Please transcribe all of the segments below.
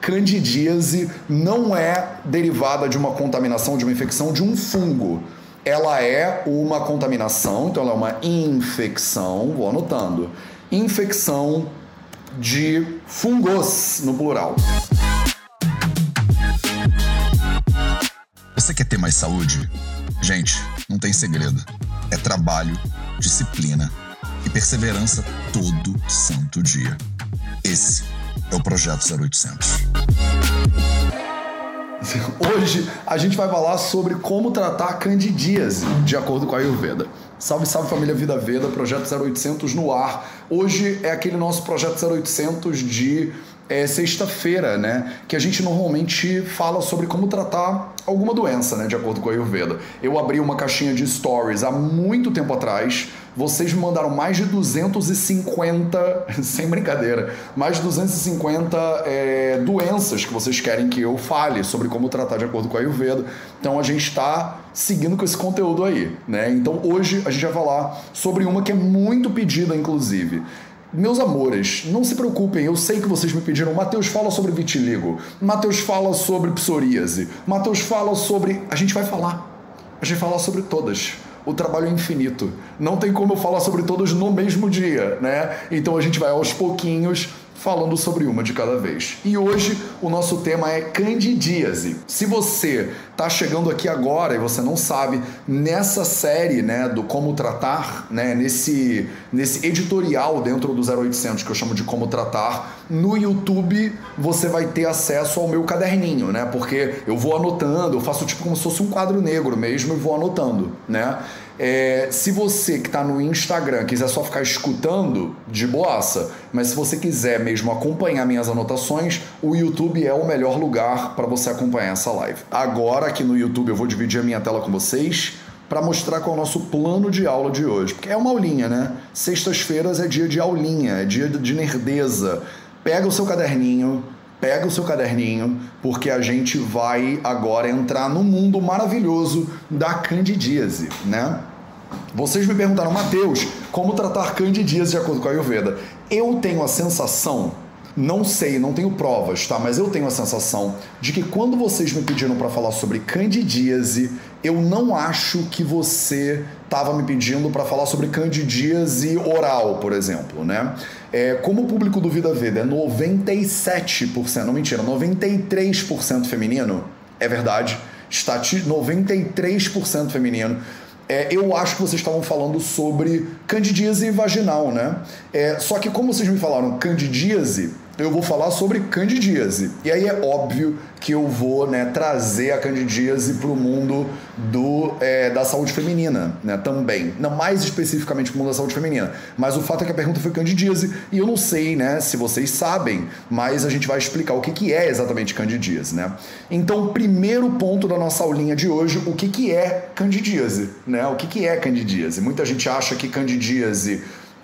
candidíase não é derivada de uma contaminação, de uma infecção de um fungo. Ela é uma contaminação, então ela é uma infecção, vou anotando, infecção de fungos, no plural. Você quer ter mais saúde? Gente, não tem segredo. É trabalho, disciplina e perseverança todo santo dia. Esse é o Projeto 0800. Hoje a gente vai falar sobre como tratar a candidíase, de acordo com a Ayurveda. Salve, salve família Vida Veda, Projeto 0800 no ar. Hoje é aquele nosso Projeto 0800 de sexta-feira, né? Que a gente normalmente fala sobre como tratar alguma doença, né? De acordo com a Ayurveda. Eu abri uma caixinha de stories há muito tempo atrás. Vocês me mandaram mais de 250, sem brincadeira, mais de 250 doenças que vocês querem que eu fale sobre como tratar de acordo com a Ayurveda. Então a gente está seguindo com esse conteúdo aí, né? Então hoje a gente vai falar sobre uma que é muito pedida, inclusive. Meus amores, não se preocupem, eu sei que vocês me pediram, Matheus fala sobre vitiligo, Matheus fala sobre psoríase, Matheus fala sobre... A gente vai falar sobre todas. O trabalho é infinito. Não tem como eu falar sobre todos no mesmo dia, né? Então a gente vai aos pouquinhos falando sobre uma de cada vez. E hoje o nosso tema é candidíase. Se você está chegando aqui agora e você não sabe, nessa série, né, do como tratar, né, nesse editorial dentro do 0800 que eu chamo de como tratar, no YouTube você vai ter acesso ao meu caderninho, né? Porque eu vou anotando, eu faço tipo como se fosse um quadro negro mesmo e vou anotando, né? Se você que está no Instagram quiser só ficar escutando, de boaça, mas se você quiser mesmo acompanhar minhas anotações, o YouTube é o melhor lugar para você acompanhar essa live. Agora aqui no YouTube eu vou dividir a minha tela com vocês para mostrar qual é o nosso plano de aula de hoje, porque é uma aulinha, né? Sextas-feiras é dia de aulinha, é dia de nerdeza. Pega o seu caderninho, porque a gente vai agora entrar no mundo maravilhoso da candidíase, né? Vocês me perguntaram, Matheus, como tratar candidíase de acordo com a Ayurveda? Eu tenho a sensação, não sei, não tenho provas, tá? Mas eu tenho a sensação de que quando vocês me pediram para falar sobre candidíase, eu não acho que você estava me pedindo para falar sobre candidíase oral, por exemplo, né? Como o público do Vida Veda é 97%, não mentira, 93% feminino, é verdade, está 93% feminino, eu acho que vocês estavam falando sobre candidíase vaginal, né? Só que como vocês me falaram candidíase, eu vou falar sobre candidíase. E aí é óbvio que eu vou, né, trazer a candidíase para o mundo da saúde feminina, né, também. Não mais especificamente para o mundo da saúde feminina. Mas o fato é que a pergunta foi candidíase e eu não sei, né, se vocês sabem, mas a gente vai explicar o que é exatamente candidíase, né? Então, primeiro ponto da nossa aulinha de hoje, o que é candidíase, né? O que é candidíase? Muita gente acha que candidíase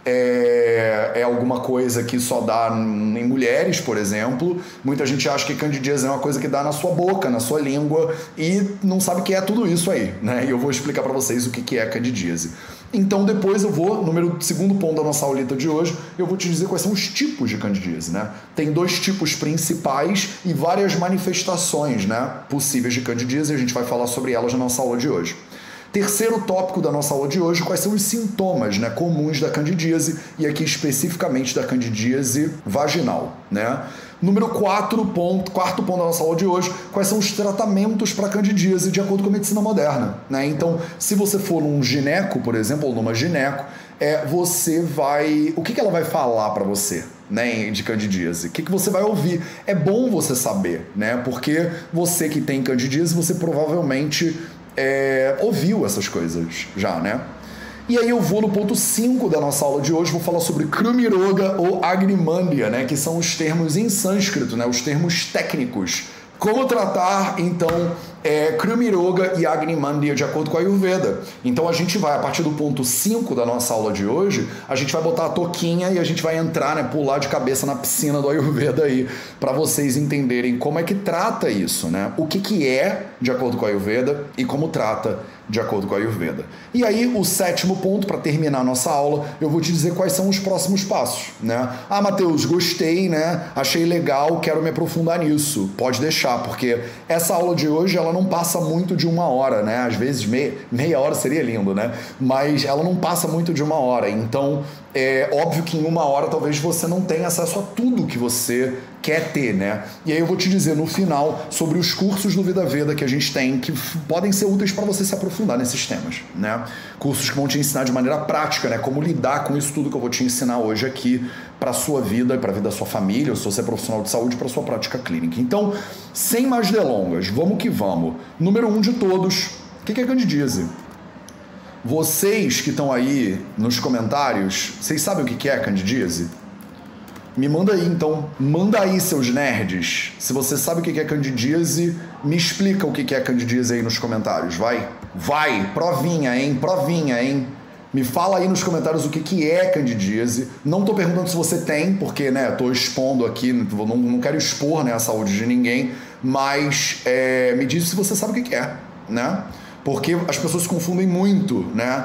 é alguma coisa que só dá em mulheres, por exemplo. Muita gente acha que candidíase é uma coisa que dá na sua boca, na sua língua, e não sabe que é tudo isso aí, né? E eu vou explicar para vocês o que é candidíase. Então depois eu vou, segundo ponto da nossa aulita de hoje, eu vou te dizer quais são os tipos de candidíase, né? Tem 2 tipos principais e várias manifestações, né, possíveis de candidíase, e a gente vai falar sobre elas na nossa aula de hoje. Terceiro tópico da nossa aula de hoje, quais são os sintomas, né, comuns da candidíase, e aqui especificamente da candidíase vaginal, né? Quarto ponto da nossa aula de hoje, quais são os tratamentos para candidíase de acordo com a medicina moderna, né? Então, se você for num gineco, por exemplo, ou numa gineco, você vai... O que ela vai falar para você, né, de candidíase? O que você vai ouvir? É bom você saber, né? Porque você que tem candidíase, você provavelmente ouviu essas coisas já, né? E aí eu vou no ponto 5 da nossa aula de hoje, vou falar sobre Krumiroga ou Agrimandya, né, que são os termos em sânscrito, né, os termos técnicos. Como tratar, então, Krumiroga e Agrimandya de acordo com a Ayurveda. Então a gente vai, a partir do ponto 5 da nossa aula de hoje, a gente vai botar a toquinha e a gente vai entrar, né, pular de cabeça na piscina do Ayurveda aí, para vocês entenderem como é que trata isso, né? O que é de acordo com a Ayurveda e como trata de acordo com a Ayurveda. E aí, o 7º ponto, para terminar a nossa aula, eu vou te dizer quais são os próximos passos, né? Ah, Matheus, gostei, né? Achei legal, quero me aprofundar nisso. Pode deixar, porque essa aula de hoje, ela não passa muito de 1 hora, né? Às vezes meia hora seria lindo, né? Mas ela não passa muito de 1 hora. Então, é óbvio que em 1 hora talvez você não tenha acesso a tudo que você quer ter, né? E aí eu vou te dizer no final sobre os cursos do Vida Veda que a gente tem, que podem ser úteis para você se aprofundar nesses temas, né? Cursos que vão te ensinar de maneira prática, né? Como lidar com isso tudo que eu vou te ensinar hoje aqui para a sua vida e para a vida da sua família, ou se você é profissional de saúde, para a sua prática clínica. Então, sem mais delongas, vamos que vamos. Número 1 de todos, o que é candidíase? Vocês que estão aí nos comentários, vocês sabem o que é candidíase? Me manda aí, então. Manda aí, seus nerds. Se você sabe o que é candidíase, me explica o que é candidíase aí nos comentários, vai? Vai! Provinha, hein? Provinha, hein? Me fala aí nos comentários o que é candidíase. Não tô perguntando se você tem, porque, né, tô expondo aqui, não quero expor, né, a saúde de ninguém, mas me diz se você sabe o que é, né? Porque as pessoas se confundem muito, né,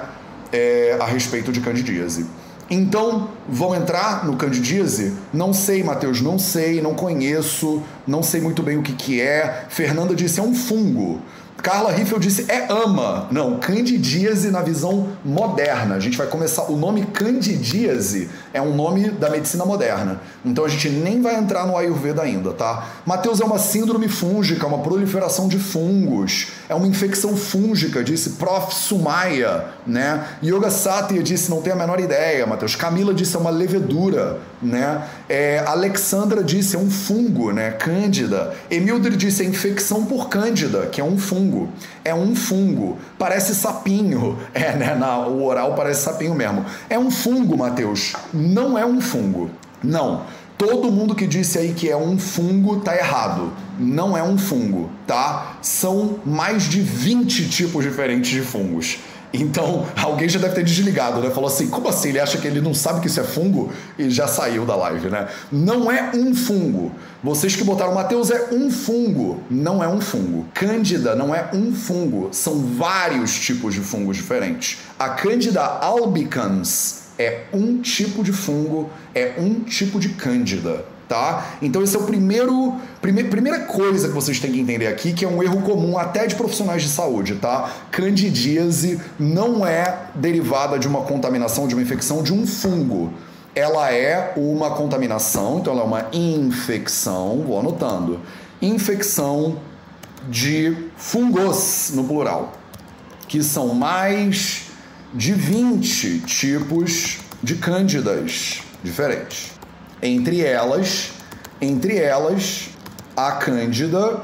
a respeito de candidíase. Então, vão entrar no candidíase? Não sei, Matheus, não sei, não conheço, não sei muito bem o que é. Fernanda disse, é um fungo. Carla Riffel disse, é ama. Não, candidíase na visão moderna. A gente vai começar... O nome candidíase é um nome da medicina moderna. Então a gente nem vai entrar no Ayurveda ainda, tá? Matheus, é uma síndrome fúngica, uma proliferação de fungos. É uma infecção fúngica, disse Prof. Sumaya, né? Yoga Satya disse, não tenho a menor ideia, Matheus. Camila disse, é uma levedura, né? Alexandra disse, é um fungo, né? Cândida. Emilder disse, é infecção por cândida, que é um fungo. É um fungo. Parece sapinho. Né? O oral parece sapinho mesmo. É um fungo, Matheus. Não é um fungo. Não. Todo mundo que disse aí que é um fungo tá errado. Não é um fungo, tá? São mais de 20 tipos diferentes de fungos. Então, alguém já deve ter desligado, né? Falou assim, como assim? Ele acha que ele não sabe que isso é fungo? E já saiu da live, né? Não é um fungo. Vocês que botaram, Matheus, é um fungo. Não é um fungo. Cândida não é um fungo. São vários tipos de fungos diferentes. A Cândida albicans é um tipo de fungo, é um tipo de cândida, tá? Então esse é o primeira coisa que vocês têm que entender aqui, que é um erro comum até de profissionais de saúde, tá? Candidíase não é derivada de uma contaminação, de uma infecção de um fungo. Ela é uma contaminação, então ela é uma infecção, vou anotando, infecção de fungos, no plural, que são mais de 20 tipos de cândidas diferentes. Entre elas, a Cândida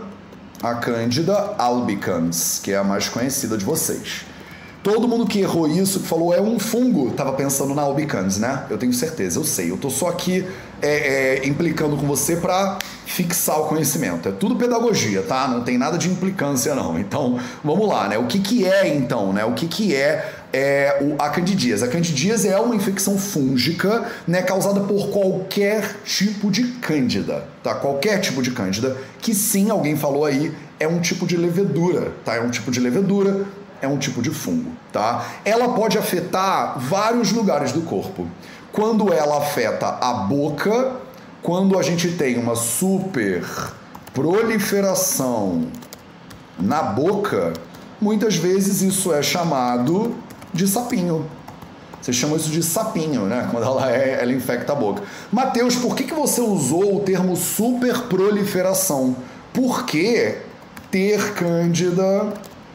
albicans, que é a mais conhecida de vocês. Todo mundo que errou isso, que falou é um fungo, estava pensando na albicans, né? Eu tenho certeza, eu sei. Eu tô só aqui implicando com você para fixar o conhecimento. É tudo pedagogia, tá? Não tem nada de implicância, não. Então, vamos lá, né? O que é, então, né? O que é a candidíase? A candidíase é uma infecção fúngica, né, causada por qualquer tipo de cândida, tá? Qualquer tipo de cândida, que sim, alguém falou aí, é um tipo de levedura, tá? É um tipo de levedura, é um tipo de fungo, tá? Ela pode afetar vários lugares do corpo. Quando ela afeta a boca, quando a gente tem uma super proliferação na boca, muitas vezes isso é chamado de sapinho. Vocês chamam isso de sapinho, né? Quando ela infecta a boca. Matheus, por que você usou o termo superproliferação? Porque ter cândida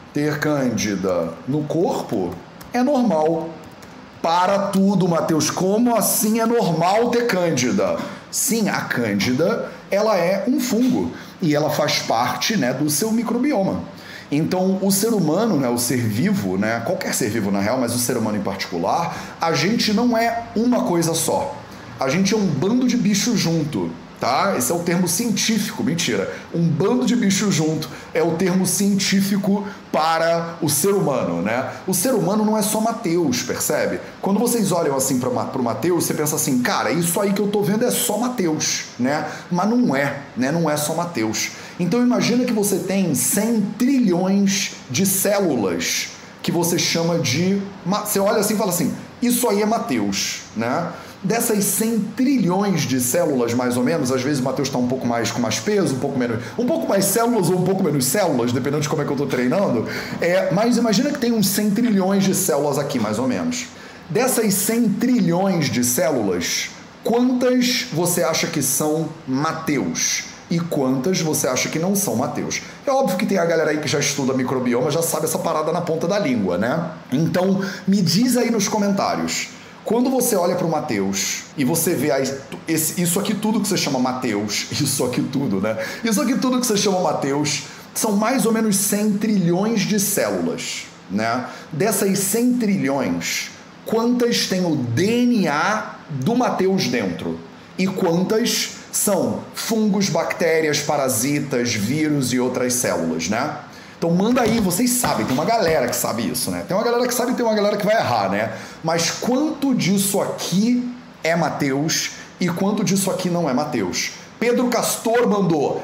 no corpo é normal. Para tudo, Matheus. Como assim é normal ter cândida? Sim, a cândida, ela é um fungo e ela faz parte, né, do seu microbioma. Então, o ser humano, né, o ser vivo, né, qualquer ser vivo na real, mas o ser humano em particular, a gente não é uma coisa só. A gente é um bando de bichos junto, tá? Esse é o termo científico, mentira. Um bando de bichos junto é o termo científico para o ser humano, né? O ser humano não é só Mateus, percebe? Quando vocês olham assim para o Mateus, você pensa assim, cara, isso aí que eu tô vendo é só Mateus, né? Mas não é, né? Não é só Mateus. Então imagina que você tem 100 trilhões de células que você chama de... Você olha assim e fala assim, isso aí é Mateus, né? Dessas 100 trilhões de células, mais ou menos, às vezes o Mateus está um pouco mais com mais peso, um pouco mais células ou um pouco menos células, dependendo de como é que eu estou treinando, mas imagina que tem uns 100 trilhões de células aqui, mais ou menos. Dessas 100 trilhões de células, quantas você acha que são Mateus? E quantas você acha que não são Mateus? É óbvio que tem a galera aí que já estuda microbioma, já sabe essa parada na ponta da língua, né? Então, me diz aí nos comentários, quando você olha para o Mateus e você vê isso aqui tudo que você chama Mateus, isso aqui tudo, né? Isso aqui tudo que você chama Mateus são mais ou menos 100 trilhões de células, né? Dessas 100 trilhões, quantas tem o DNA do Mateus dentro? E quantas são fungos, bactérias, parasitas, vírus e outras células, né? Então manda aí, vocês sabem, tem uma galera que sabe isso, né? Tem uma galera que sabe e tem uma galera que vai errar, né? Mas quanto disso aqui é Mateus e quanto disso aqui não é Mateus? Pedro Castor mandou,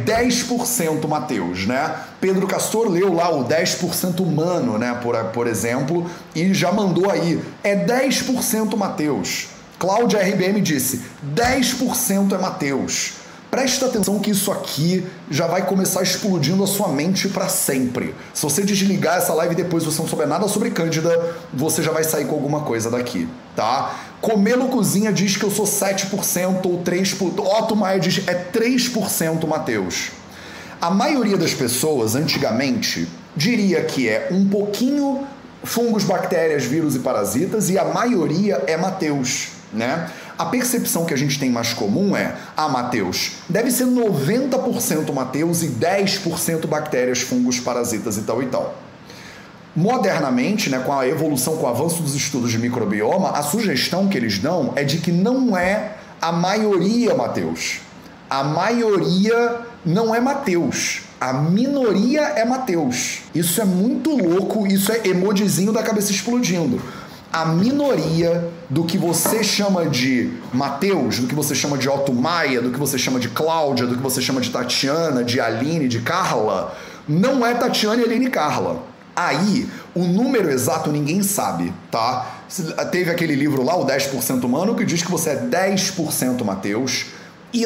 10% Mateus, né? Pedro Castor leu lá o 10% humano, né? Por exemplo, e já mandou aí, 10% Mateus. Cláudia RBM disse, 10% é Mateus. Presta atenção que isso aqui já vai começar explodindo a sua mente para sempre. Se você desligar essa live e depois você não souber nada sobre Cândida, você já vai sair com alguma coisa daqui, tá? Comelo Cozinha diz que eu sou 7% ou 3%. Otto Maia diz 3% Mateus. A maioria das pessoas, antigamente, diria que é um pouquinho fungos, bactérias, vírus e parasitas e a maioria é Mateus, né? A percepção que a gente tem mais comum é, Mateus, deve ser 90% Mateus e 10% bactérias, fungos, parasitas e tal e tal. Modernamente, né, com a evolução, com o avanço dos estudos de microbioma, a sugestão que eles dão é de que não é a maioria Mateus. A maioria não é Mateus. A minoria é Mateus. Isso é muito louco, isso é emojizinho da cabeça explodindo. A minoria do que você chama de Mateus, do que você chama de Otto Maia, do que você chama de Cláudia, do que você chama de Tatiana, de Aline, de Carla, não é Tatiana, Aline e Carla. Aí, o número exato ninguém sabe, tá? Teve aquele livro lá, o 10% humano, que diz que você é 10% Mateus e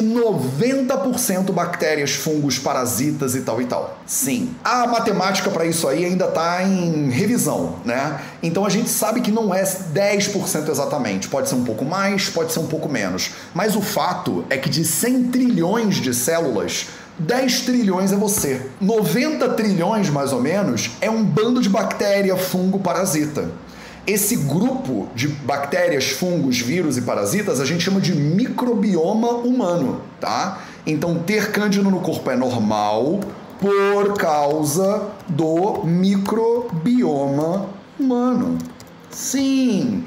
90% bactérias, fungos, parasitas e tal e tal. Sim. A matemática para isso aí ainda está em revisão, né? Então a gente sabe que não é 10% exatamente. Pode ser um pouco mais, pode ser um pouco menos. Mas o fato é que de 100 trilhões de células, 10 trilhões é você. 90 trilhões, mais ou menos, é um bando de bactéria, fungo, parasita. Esse grupo de bactérias, fungos, vírus e parasitas a gente chama de microbioma humano, tá? Então ter cândida no corpo é normal por causa do microbioma humano. Sim,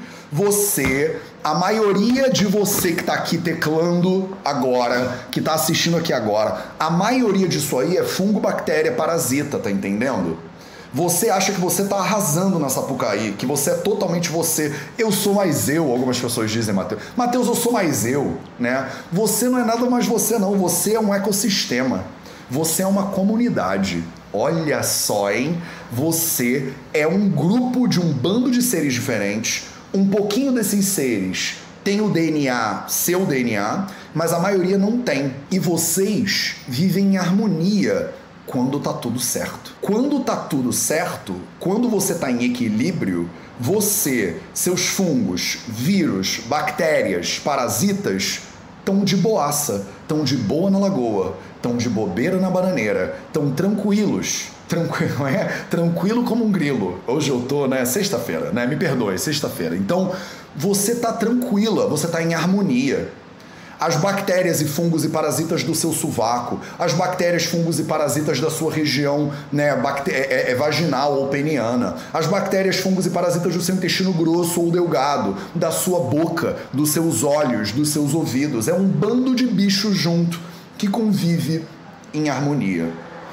a maioria de você que tá aqui teclando agora, que tá assistindo aqui agora, a maioria disso aí é fungo, bactéria, parasita, tá entendendo? Você acha que você tá arrasando na Sapucaí, que você é totalmente você. Eu sou mais eu, algumas pessoas dizem, Mateus. Mateus, eu sou mais eu, né? Você não é nada mais você, não. Você é um ecossistema. Você é uma comunidade. Olha só, hein? Você é um grupo de um bando de seres diferentes. Um pouquinho desses seres tem o DNA, seu DNA, mas a maioria não tem. E vocês vivem em harmonia quando tá tudo certo. Quando tá tudo certo, quando você tá em equilíbrio, seus fungos, vírus, bactérias, parasitas estão de boaça, estão de boa na lagoa, estão de bobeira na bananeira, estão tranquilos. Tranquilo como um grilo. Hoje eu tô, né, sexta-feira, né? Me perdoe, sexta-feira. Então, você tá tranquila, você tá em harmonia. as bactérias e fungos e parasitas do seu sovaco, as bactérias, fungos e parasitas da sua região, né, vaginal ou peniana, as bactérias, fungos e parasitas do seu intestino grosso ou delgado, da sua boca, dos seus olhos, dos seus ouvidos. É um bando de bichos junto que convive em harmonia.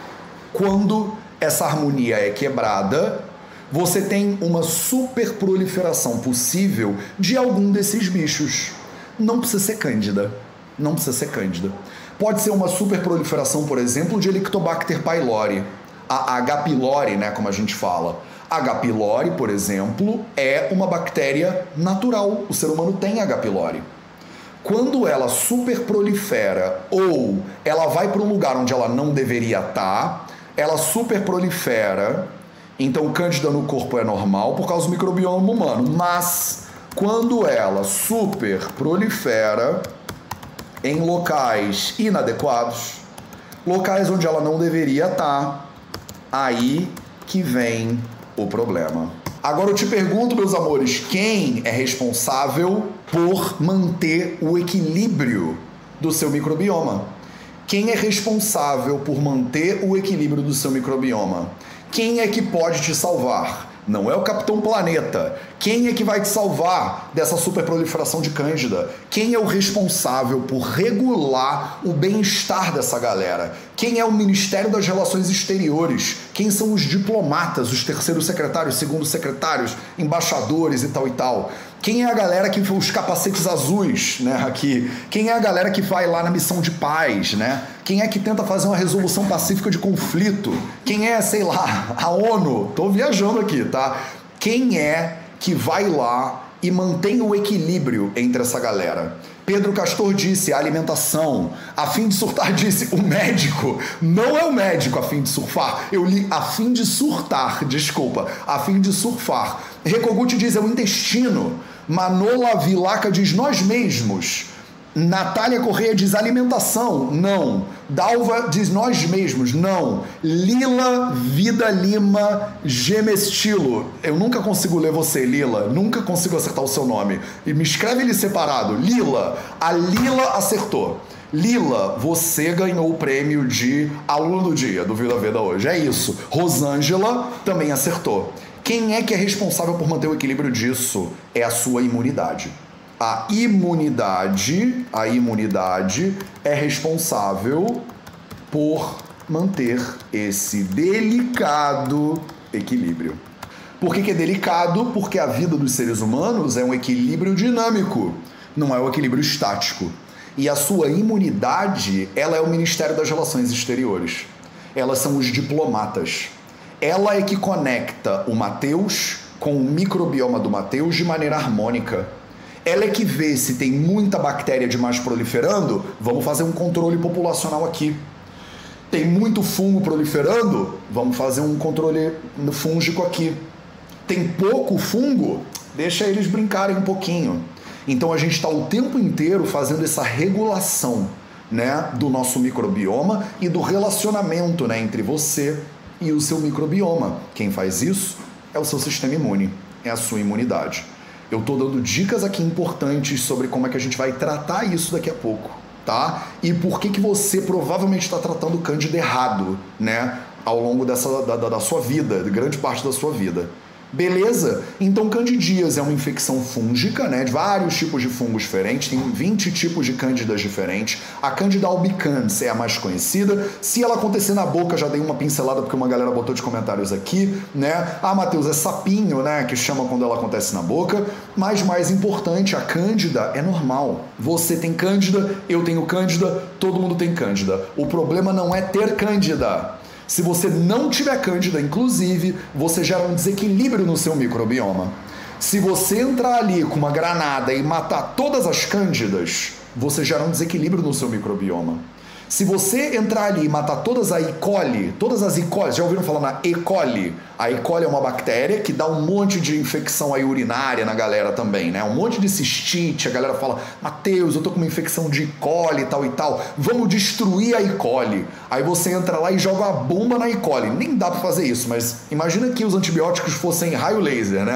Quando essa harmonia é quebrada, você tem uma superproliferação possível de algum desses bichos. Não precisa ser cândida. Não precisa ser cândida. Pode ser uma superproliferação, por exemplo, de Helicobacter pylori. A H. pylori, né, como a gente fala. A H. pylori, por exemplo, é uma bactéria natural. O ser humano tem H. pylori. Quando ela superprolifera ou ela vai para um lugar onde ela não deveria estar, ela superprolifera. Então, cândida no corpo é normal por causa do microbioma humano. Mas, quando ela superprolifera em locais inadequados, locais onde ela não deveria estar, aí que vem o problema. Agora eu te pergunto, meus amores, quem é responsável por manter o equilíbrio do seu microbioma? Quem é responsável por manter o equilíbrio do seu microbioma? Quem é que pode te salvar? Não é o Capitão Planeta. Quem é que vai te salvar dessa superproliferação de cândida? Quem é o responsável por regular o bem-estar dessa galera? Quem é o Ministério das Relações Exteriores? Quem são os diplomatas, os terceiros secretários, segundos secretários, embaixadores e tal e tal? Quem é a galera que os capacetes azuis, né, aqui? Quem é a galera que vai lá na missão de paz, né? Quem é que tenta fazer uma resolução pacífica de conflito? Quem é, sei lá, a ONU? Tô viajando aqui, tá? Quem é que vai lá e mantém o equilíbrio entre essa galera? Pedro Castor disse, a alimentação. A fim de surtar disse, o médico. Não é o médico a fim de surfar. Eu li a fim de surtar, desculpa. A fim de surfar. Rekoguchi diz, é o intestino. Manola Vilaca diz, nós mesmos. Natália Correia diz alimentação, não. Dalva diz nós mesmos, não. Lila Vida Lima Gemestilo. Eu nunca consigo ler você, Lila. Nunca consigo acertar o seu nome. E me escreve ele separado. Lila. A Lila acertou. Lila, você ganhou o prêmio de aluno do dia do Vida Veda hoje. É isso. Rosângela também acertou. Quem é que é responsável por manter o equilíbrio disso? É a sua imunidade. A imunidade é responsável por manter esse delicado equilíbrio. Por que é delicado? Porque a vida dos seres humanos é um equilíbrio dinâmico, não é um equilíbrio estático. E a sua imunidade, ela é o Ministério das Relações Exteriores. Elas são os diplomatas. Ela é que conecta o Mateus com o microbioma do Mateus de maneira harmônica. Ela é que vê se tem muita bactéria demais proliferando, vamos fazer um controle populacional aqui. Tem muito fungo proliferando, vamos fazer um controle fúngico aqui. Tem pouco fungo, deixa eles brincarem um pouquinho. Então a gente está o tempo inteiro fazendo essa regulação, né, do nosso microbioma e do relacionamento, né, entre você e o seu microbioma. Quem faz isso é o seu sistema imune, é a sua imunidade. Eu estou dando dicas aqui importantes sobre como é que a gente vai tratar isso daqui a pouco, tá? E por que você provavelmente está tratando o cândida errado, né? Ao longo da sua vida, de grande parte da sua vida. Beleza? Então, candidíase é uma infecção fúngica, né, de vários tipos de fungos diferentes, tem 20 tipos de cândidas diferentes. A Candida albicans é a mais conhecida. Se ela acontecer na boca, já dei uma pincelada porque uma galera botou de comentários aqui, né? Ah, Matheus, é sapinho, né, que chama quando ela acontece na boca. Mas mais importante, a Cândida é normal. Você tem Cândida, eu tenho Cândida, todo mundo tem Cândida. O problema não é ter Cândida. Se você não tiver cândida, inclusive, você gera um desequilíbrio no seu microbioma. Se você entrar ali com uma granada e matar todas as cândidas, você gera um desequilíbrio no seu microbioma. Se você entrar ali e matar todas as E. coli, já ouviram falar na E. coli? A E. coli é uma bactéria que dá um monte de infecção aí urinária na galera também, né? Um monte de cistite, a galera fala, Matheus, eu tô com uma infecção de E. coli e tal, vamos destruir a E. coli. Aí você entra lá e joga uma bomba na E. coli. Nem dá pra fazer isso, mas imagina que os antibióticos fossem raio laser, né?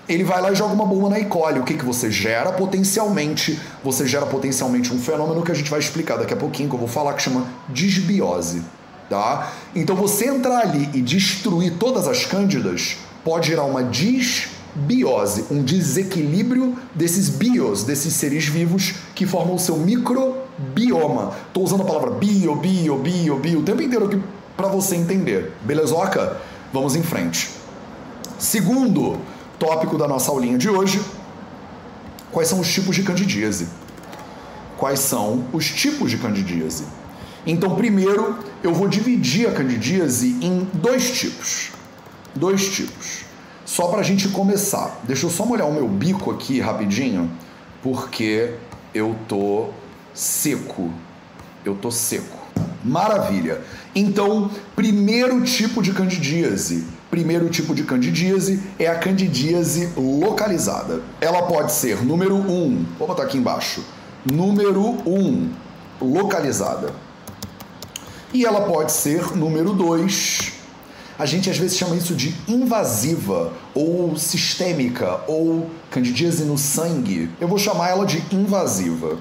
ele vai lá e joga uma bomba na E. coli. O que você gera? Potencialmente, você gera potencialmente um fenômeno que a gente vai explicar daqui a pouquinho, que eu vou falar, que chama disbiose. Tá? Então você entrar ali e destruir todas as cândidas pode gerar uma disbiose, um desequilíbrio desses bios, desses seres vivos que formam o seu microbioma. Estou usando a palavra bio o tempo inteiro aqui para você entender. Belezoca? Vamos em frente. Segundo tópico da nossa aulinha de hoje: quais são os tipos de candidíase? Quais são os tipos de candidíase? Então, primeiro, eu vou dividir a candidíase em dois tipos. Só para a gente começar. Deixa eu só molhar o meu bico aqui rapidinho, porque eu tô seco. Maravilha. Então, primeiro tipo de candidíase é a candidíase localizada. Ela pode ser número 1, vou botar aqui embaixo, número 1, localizada. E ela pode ser número 2, a gente às vezes chama isso de invasiva ou sistêmica ou candidíase no sangue. Eu vou chamar ela de invasiva.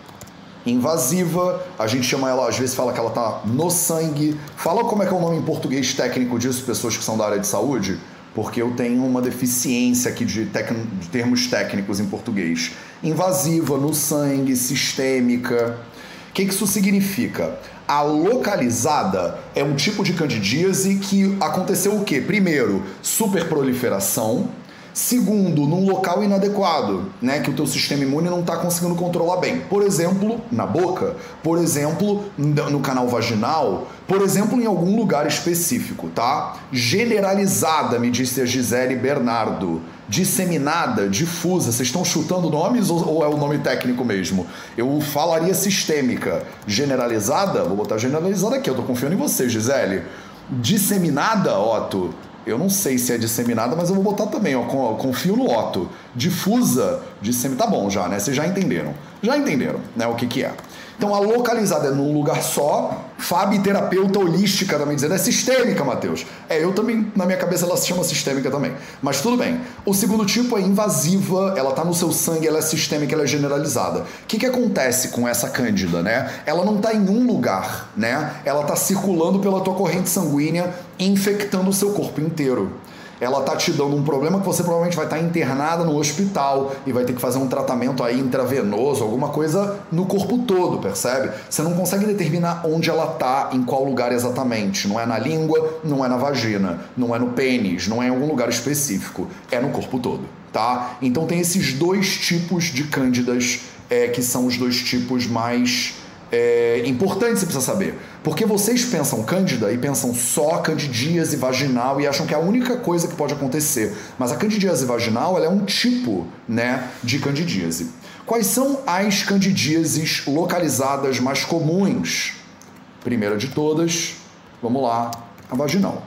Invasiva, a gente chama ela, às vezes fala que ela tá no sangue. Fala como é que é o nome em português técnico disso, pessoas que são da área de saúde, porque eu tenho uma deficiência aqui de termos técnicos em português. Invasiva, no sangue, sistêmica. O que isso significa? A localizada é um tipo de candidíase que aconteceu o quê? Primeiro, superproliferação. Segundo, num local inadequado, né, que o teu sistema imune não está conseguindo controlar bem. Por exemplo, na boca, por exemplo, no canal vaginal, por exemplo, em algum lugar específico, tá? Generalizada, me disse a Gisele Bernardo. Disseminada, difusa, vocês estão chutando nomes ou é o nome técnico mesmo? Eu falaria sistêmica. Generalizada, vou botar generalizada aqui, eu tô confiando em você, Gisele. Disseminada, Otto, eu não sei se é disseminada, mas eu vou botar também, ó, confio no Otto. Difusa, tá bom já, né? Vocês já entenderam, né, o que é. Então a localizada é num lugar só. Fábio, terapeuta holística, também dizendo, é sistêmica, Matheus. Eu também, na minha cabeça, ela se chama sistêmica também. Mas tudo bem. O segundo tipo é invasiva, ela tá no seu sangue, ela é sistêmica, ela é generalizada. O que acontece com essa cândida, né? Ela não tá em um lugar, né? Ela tá circulando pela tua corrente sanguínea, infectando o seu corpo inteiro. Ela tá te dando um problema que você provavelmente vai estar internada no hospital e vai ter que fazer um tratamento aí intravenoso, alguma coisa no corpo todo, percebe? Você não consegue determinar onde ela tá, em qual lugar exatamente. Não é na língua, não é na vagina, não é no pênis, não é em algum lugar específico. É no corpo todo, tá? Então tem esses dois tipos de cândidas, que são os dois tipos mais importantes, você precisa saber. Porque vocês pensam cândida e pensam só candidíase vaginal e acham que é a única coisa que pode acontecer. Mas a candidíase vaginal, ela é um tipo, né, de candidíase. Quais são as candidíases localizadas mais comuns? Primeira de todas, vamos lá, a vaginal.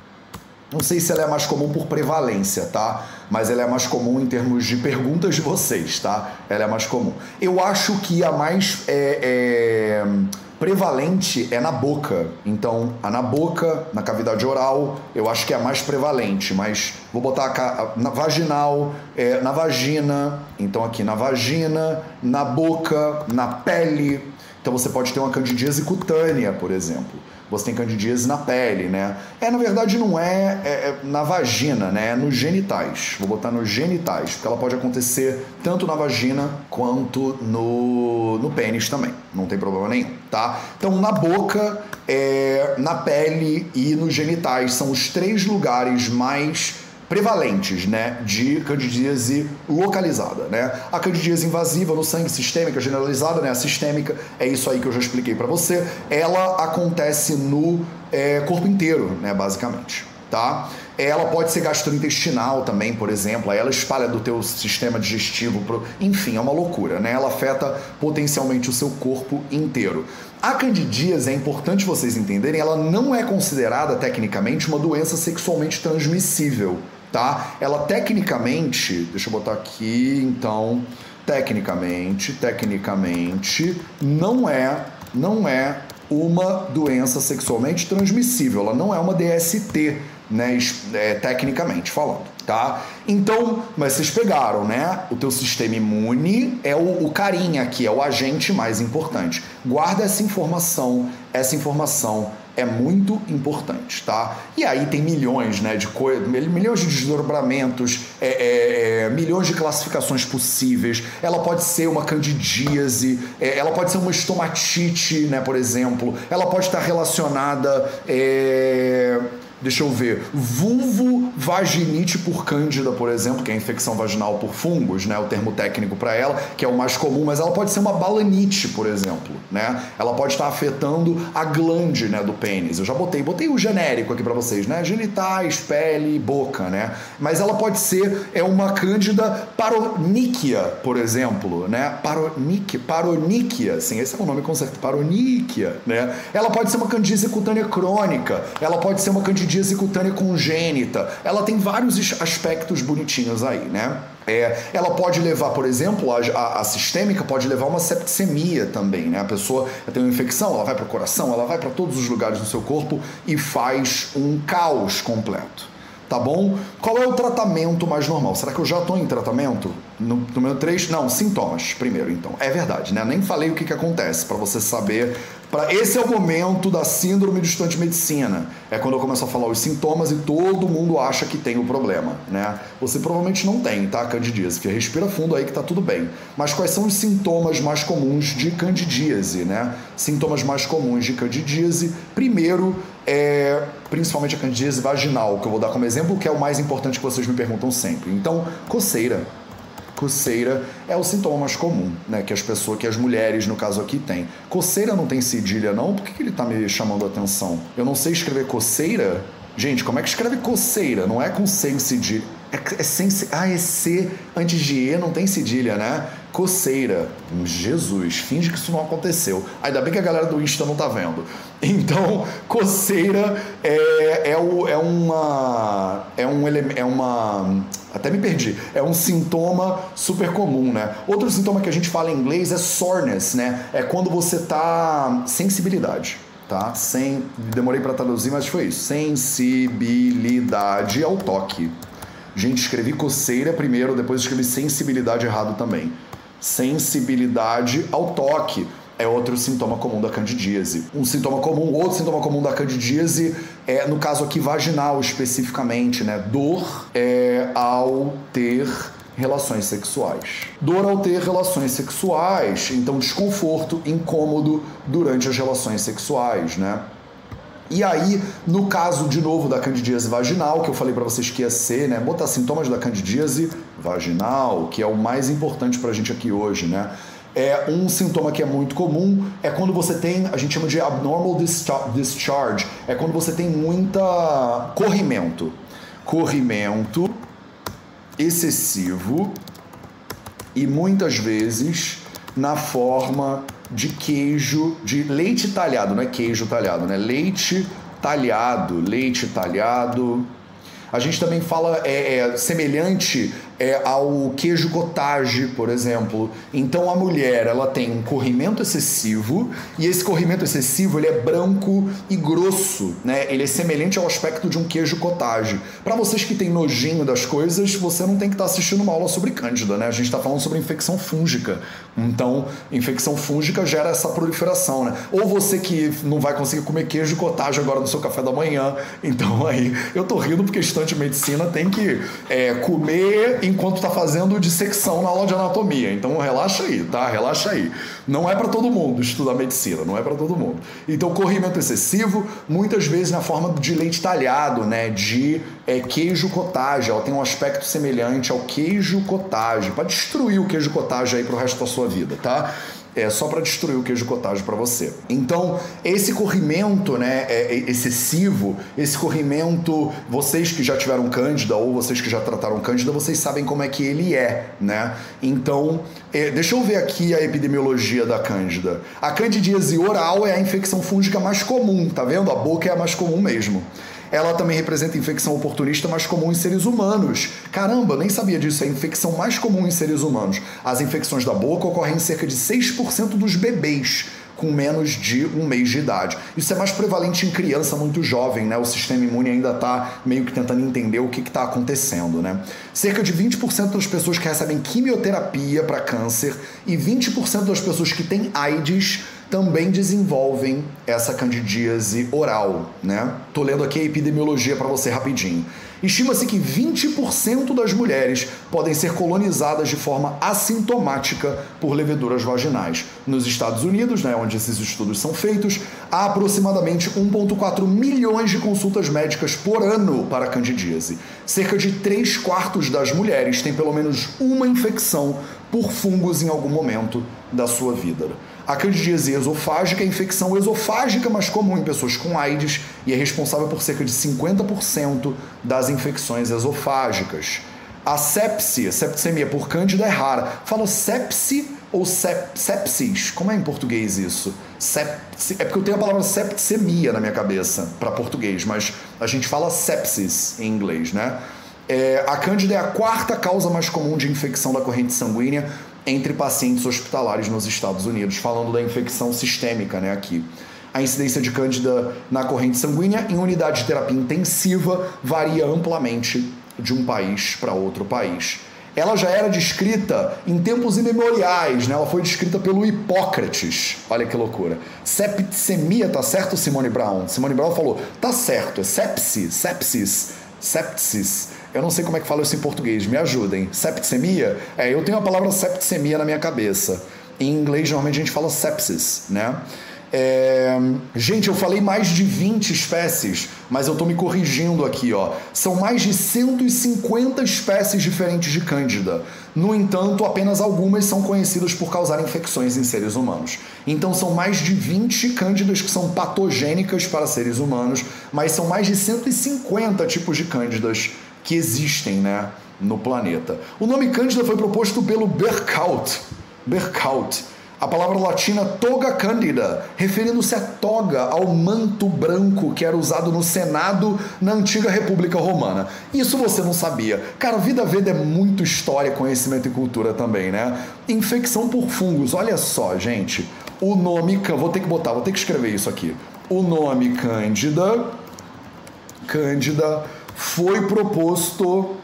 Não sei se ela é mais comum por prevalência, tá? Mas ela é mais comum em termos de perguntas de vocês, tá? Ela é mais comum. Eu acho que a mais prevalente é na boca. Então, na boca, na cavidade oral, eu acho que é a mais prevalente. Mas vou botar na vaginal, na vagina. Então, aqui na vagina, na boca, na pele. Então, você pode ter uma candidíase cutânea, por exemplo. Você tem candidíase na pele, né? Na verdade não é na vagina, né? É nos genitais. Vou botar nos genitais, porque ela pode acontecer tanto na vagina quanto no pênis também. Não tem problema nenhum, tá? Então na boca, na pele e nos genitais são os 3 lugares mais prevalentes, né, de candidíase localizada, né? A candidíase invasiva no sangue, sistêmica, generalizada, né? A sistêmica é isso aí que eu já expliquei para você. Ela acontece no corpo inteiro, né, basicamente, tá? Ela pode ser gastrointestinal também, por exemplo. Aí ela espalha do teu sistema digestivo enfim, é uma loucura, né? Ela afeta potencialmente o seu corpo inteiro. A candidíase, é importante vocês entenderem, ela não é considerada tecnicamente uma doença sexualmente transmissível, tá? Ela tecnicamente, deixa eu botar aqui, então, tecnicamente, não é uma doença sexualmente transmissível, ela não é uma DST, né, tecnicamente falando, tá? Então, mas vocês pegaram, né? O teu sistema imune é o carinha aqui, é o agente mais importante. Guarda essa informação é muito importante, tá? E aí tem milhões, né, milhões de desdobramentos, milhões de classificações possíveis. Ela pode ser uma candidíase, ela pode ser uma estomatite, né, por exemplo. Ela pode estar relacionada, deixa eu ver, vulvovaginite por cândida, por exemplo, que é a infecção vaginal por fungos, né, o termo técnico para ela, que é o mais comum, mas ela pode ser uma balanite, por exemplo, né? Ela pode estar afetando a glande, né, do pênis. Eu já botei o genérico aqui para vocês, né? Genitais, pele, boca, né? Mas ela pode ser uma cândida paroníquia, por exemplo, né? Paroníquia, sim, esse é o nome concerto, paroníquia, né? Ela pode ser uma candidíase cutânea crônica, ela pode ser uma candidíase cutânea congênita, ela tem vários aspectos bonitinhos aí, né? Ela pode levar, por exemplo, a sistêmica pode levar a uma septicemia também, né? A pessoa tem uma infecção, ela vai para o coração, ela vai para todos os lugares do seu corpo e faz um caos completo. Tá bom? Qual é o tratamento mais normal? Será que eu já estou em tratamento? No número 3? Não, sintomas primeiro, então. É verdade, né? Nem falei o que acontece, para você saber. Esse é o momento da síndrome de estudante de medicina. É quando eu começo a falar os sintomas e todo mundo acha que tem o problema, né? Você provavelmente não tem, tá? Candidíase. Respira fundo aí que tá tudo bem. Mas quais são os sintomas mais comuns de candidíase, né? Sintomas mais comuns de candidíase. Primeiro, principalmente a candidíase vaginal, que eu vou dar como exemplo, que é o mais importante que vocês me perguntam sempre. Então, coceira. Coceira é o sintoma mais comum, né, que as mulheres, no caso aqui, têm. Coceira não tem cedilha, não? Por que ele tá me chamando a atenção? Eu não sei escrever coceira? Gente, como é que escreve coceira? Não é com C em cedilha. É C antes de E, não tem cedilha, né? Coceira. Jesus, finge que isso não aconteceu. Ainda bem que a galera do Insta não tá vendo. Então, coceira até me perdi. É um sintoma super comum, né? Outro sintoma que a gente fala em inglês é soreness, né? É quando você tá... sensibilidade, tá? Demorei para traduzir, mas foi isso. Sensibilidade ao toque. Gente, escrevi coceira primeiro, depois escrevi sensibilidade errado também. Sensibilidade ao toque é outro sintoma comum da candidíase. Outro sintoma comum da candidíase é, no caso aqui, vaginal especificamente, né? Dor ao ter relações sexuais. Dor ao ter relações sexuais, então desconforto, incômodo durante as relações sexuais, né? E aí, no caso, de novo, da candidíase vaginal, que eu falei pra vocês que ia ser, né? Botar sintomas da candidíase vaginal, que é o mais importante pra gente aqui hoje, né? Um sintoma que é muito comum é quando você tem, a gente chama de abnormal discharge, é quando você tem muita corrimento excessivo e muidas vezes na forma de queijo, de leite talhado, não é queijo talhado, né? Leite talhado. A gente também fala semelhante ao queijo cottage, por exemplo. Então a mulher, ela tem um corrimento excessivo, e esse corrimento excessivo, ele é branco e grosso, né? Ele é semelhante ao aspecto de um queijo cottage. Para vocês que têm nojinho das coisas, você não tem que estar assistindo uma aula sobre cândida, né? A gente está falando sobre infecção fúngica. Então, infecção fúngica gera essa proliferação, né? Ou você que não vai conseguir comer queijo cottage agora no seu café da manhã. Então aí, eu tô rindo porque estudante de medicina tem que comer enquanto tá fazendo dissecção na aula de anatomia. Então relaxa aí, tá? Relaxa aí. Não é para todo mundo estudar medicina, não é para todo mundo. Então corrimento excessivo, muitas vezes na forma de leite talhado, né? De queijo cottage. Ela tem um aspecto semelhante ao queijo cottage, para destruir o queijo cottage aí pro resto da sua vida, tá? Só para destruir o queijo cottage para você. Então, esse corrimento, né, excessivo, esse corrimento, vocês que já tiveram cândida ou vocês que já trataram cândida, vocês sabem como é que ele é, né? Então, deixa eu ver aqui a epidemiologia da cândida. A candidíase oral é a infecção fúngica mais comum, tá vendo? A boca é a mais comum mesmo. Ela também representa infecção oportunista mais comum em seres humanos. Caramba, nem sabia disso, é a infecção mais comum em seres humanos. As infecções da boca ocorrem em cerca de 6% dos bebês. com menos de um mês de idade. Isso é mais prevalente em criança muito jovem, né? O sistema imune ainda está meio que tentando entender o que está acontecendo, né? Cerca de 20% das pessoas que recebem quimioterapia para câncer e 20% das pessoas que têm AIDS também desenvolvem essa candidíase oral, né? Tô lendo aqui a epidemiologia para você rapidinho. Estima-se que 20% das mulheres podem ser colonizadas de forma assintomática por leveduras vaginais. Nos Estados Unidos, né, onde esses estudos são feitos, há aproximadamente 1,4 milhões de consultas médicas por ano para a candidíase. Cerca de 3/4 das mulheres têm pelo menos uma infecção por fungos em algum momento da sua vida. A candidíase esofágica é a infecção esofágica mais comum em pessoas com AIDS e é responsável por cerca de 50% das infecções esofágicas. A septicemia por cândida é rara. Fala sepsi ou sepsis? Como é em português isso? É porque eu tenho a palavra septicemia na minha cabeça para português, mas a gente fala sepsis em inglês, né? A cândida é a 4ª causa mais comum de infecção da corrente sanguínea entre pacientes hospitalares nos Estados Unidos, falando da infecção sistêmica, né, aqui. A incidência de cândida na corrente sanguínea em unidade de terapia intensiva varia amplamente de um país para outro país. Ela já era descrita em tempos imemoriais, né? Ela foi descrita pelo Hipócrates. Olha que loucura. Septicemia, tá certo, Simone Brown? Simone Brown falou, tá certo, é sepsis. Eu não sei como é que fala isso em português, me ajudem. Septicemia? Eu tenho a palavra septicemia na minha cabeça. Em inglês, normalmente a gente fala sepsis, né? Gente, eu falei mais de 20 espécies, mas eu tô me corrigindo aqui, ó. São mais de 150 espécies diferentes de cândida. No entanto, apenas algumas são conhecidas por causar infecções em seres humanos. Então são mais de 20 cândidas que são patogênicas para seres humanos, mas são mais de 150 tipos de cândidas que existem, né, no planeta. O nome cândida foi proposto pelo Burckhardt. A palavra latina toga cândida, referindo-se à toga, ao manto branco que era usado no Senado na antiga República Romana. Isso você não sabia. Cara, Vida Veda é muito história, conhecimento e cultura também, né? Infecção por fungos, olha só, gente. O nome, vou ter que escrever isso aqui. O nome Cândida foi proposto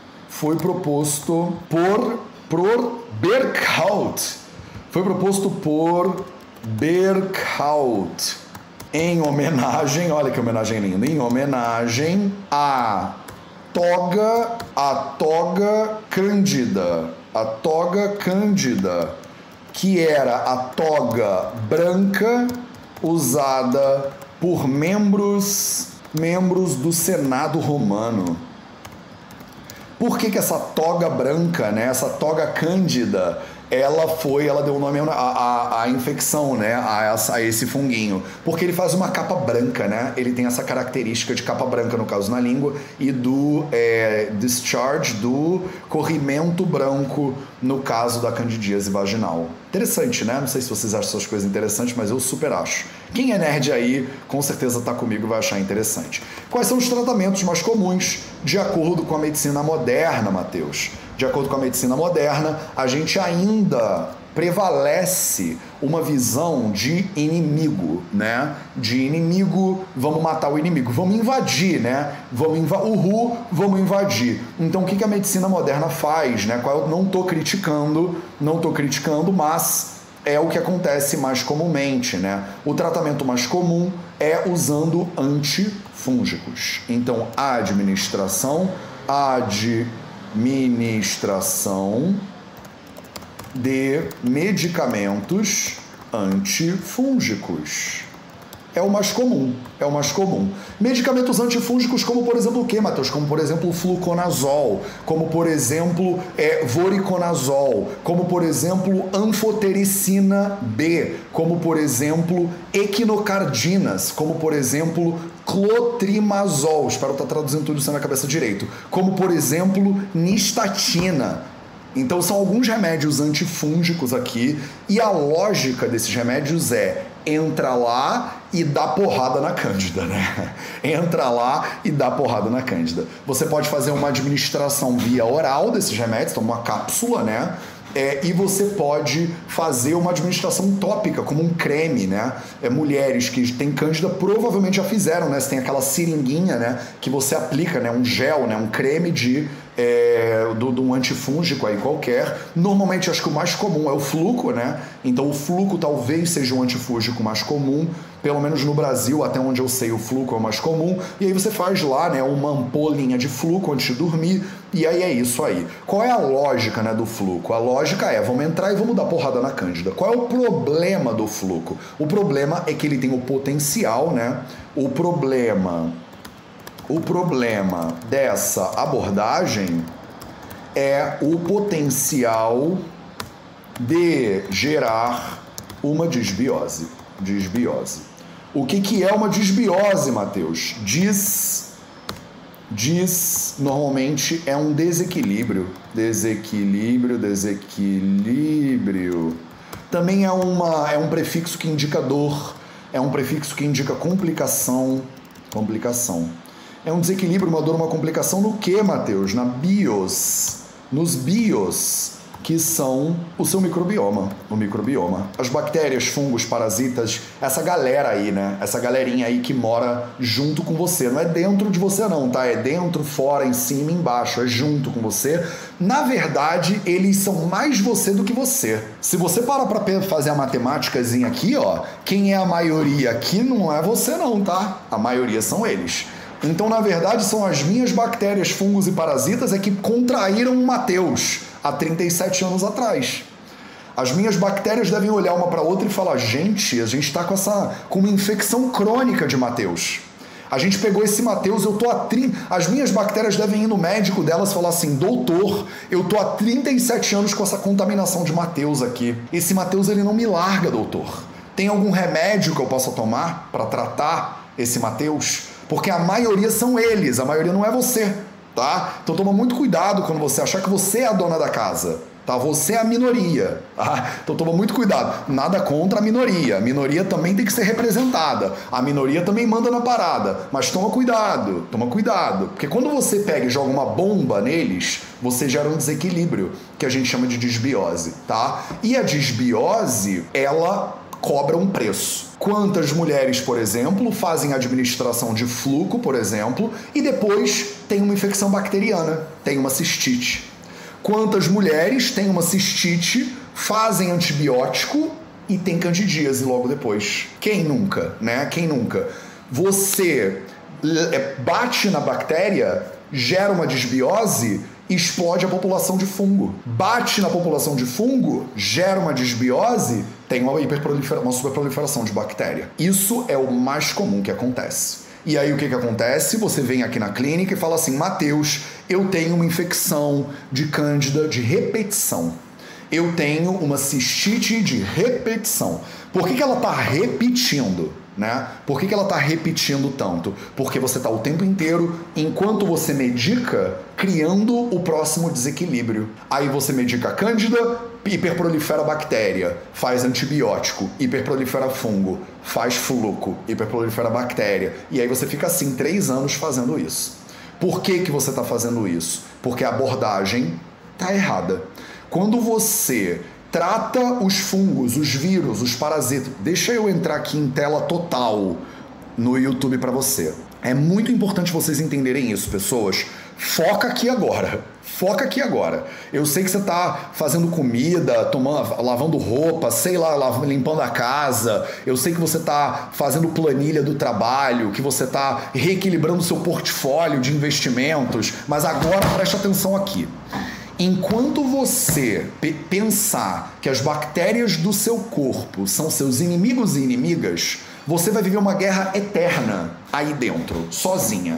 por Burckhardt. Foi proposto por Burckhardt em homenagem, olha que homenagem linda, em homenagem à toga cândida, que era a toga branca usada por membros do Senado romano. Por que essa toga branca, né, essa toga cândida, ela deu o nome à infecção, né, a esse funguinho, porque ele faz uma capa branca, né, ele tem essa característica de capa branca, no caso na língua, e do discharge, do corrimento branco, no caso da candidíase vaginal. Interessante, né? Não sei se vocês acham essas coisas interessantes, mas eu super acho. Quem é nerd aí, com certeza tá comigo e vai achar interessante. Quais são os tratamentos mais comuns de acordo com a medicina moderna, Matheus? De acordo com a medicina moderna, a gente ainda prevalece uma visão de inimigo, né? De inimigo, vamos matar o inimigo, vamos invadir, né? Vamos invadir. Então, o que a medicina moderna faz, né? Qual eu não tô criticando, mas é o que acontece mais comumente, né? O tratamento mais comum é usando antifúngicos. Então, a administração de medicamentos antifúngicos. É o mais comum. Medicamentos antifúngicos como, por exemplo, o que, Matheus? Como, por exemplo, o fluconazol, como, por exemplo, voriconazol, como, por exemplo, anfotericina B, como, por exemplo, equinocardinas, como, por exemplo, clotrimazol, espero estar traduzindo tudo isso na cabeça direito, como, por exemplo, nistatina. Então são alguns remédios antifúngicos aqui, e a lógica desses remédios é entra lá e dá porrada na cândida, né? Entra lá e dá porrada na cândida. Você pode fazer uma administração via oral desses remédios, então uma cápsula, né? E você pode fazer uma administração tópica, como um creme, né? Mulheres que têm cândida provavelmente já fizeram, né? Você tem aquela seringuinha, né? Que você aplica, né? Um gel, né? Um creme de um antifúngico aí qualquer. Normalmente acho que o mais comum é o Fluco, né? Então o Fluco talvez seja um antifúngico mais comum, pelo menos no Brasil, até onde eu sei, o Fluco é o mais comum. E aí você faz lá, né, uma ampolinha de Fluco antes de dormir, e aí é isso aí. Qual é a lógica, né, do Fluco? A lógica é, vamos entrar e vamos dar porrada na Cândida. Qual é o problema do Fluco? O problema é que ele tem o potencial, né? O problema dessa abordagem é o potencial de gerar uma disbiose. O que é uma disbiose, Matheus? Normalmente é um desequilíbrio. Também é um prefixo que indica dor, é um prefixo que indica complicação. É um desequilíbrio, uma dor, uma complicação no que, Matheus? Nos bios, que são o seu microbioma, As bactérias, fungos, parasitas, essa galera aí, né? Essa galerinha aí que mora junto com você. Não é dentro de você não, tá? É dentro, fora, em cima, embaixo, é junto com você. Na verdade, eles são mais você do que você. Se você parar pra fazer a matemáticazinha aqui, ó, quem é a maioria aqui não é você não, tá? A maioria são eles. Então, na verdade, são as minhas bactérias, fungos e parasitas que contraíram o Matheus há 37 anos atrás. As minhas bactérias devem olhar uma para outra e falar, gente, a gente está com uma infecção crônica de Matheus. A gente pegou esse Matheus, as minhas bactérias devem ir no médico delas e falar assim, doutor, eu tô há 37 anos com essa contaminação de Matheus aqui. Esse Matheus, ele não me larga, doutor. Tem algum remédio que eu possa tomar para tratar esse Matheus? Porque a maioria são eles, a maioria não é você, tá? Então toma muito cuidado quando você achar que você é a dona da casa, tá? Você é a minoria, tá? Então toma muito cuidado. Nada contra a minoria também tem que ser representada. A minoria também manda na parada, mas toma cuidado, porque quando você pega e joga uma bomba neles, você gera um desequilíbrio, que a gente chama de disbiose, tá? E a disbiose, ela cobra um preço. Quantas mulheres, por exemplo, fazem administração de Fluco, por exemplo, e depois tem uma infecção bacteriana, tem uma cistite? Quantas mulheres têm uma cistite, fazem antibiótico e tem candidíase logo depois? Quem nunca, né? Quem nunca? Você bate na bactéria, gera uma disbiose, explode a população de fungo. Bate na população de fungo, gera uma disbiose, tem uma superproliferação de bactéria. Isso é o mais comum que acontece. E aí o que acontece? Você vem aqui na clínica e fala assim, Matheus, eu tenho uma infecção de cândida de repetição. Eu tenho uma cistite de repetição. Por que ela está repetindo? Né? Por que ela está repetindo tanto? Porque você está o tempo inteiro, enquanto você medica, criando o próximo desequilíbrio. Aí você medica a cândida, hiperprolifera bactéria, faz antibiótico, hiperprolifera fungo, faz Fluco, hiperprolifera bactéria. E aí você fica assim 3 anos fazendo isso. Por que você está fazendo isso? Porque a abordagem está errada. Quando você trata os fungos, os vírus, os parasitas. Deixa eu entrar aqui em tela total no YouTube para você. É muito importante vocês entenderem isso, pessoas. Foca aqui agora. Eu sei que você está fazendo comida, lavando roupa, sei lá, limpando a casa. Eu sei que você está fazendo planilha do trabalho, que você está reequilibrando o seu portfólio de investimentos. Mas agora preste atenção aqui. Enquanto você pensar que as bactérias do seu corpo são seus inimigos e inimigas, você vai viver uma guerra eterna aí dentro, sozinha.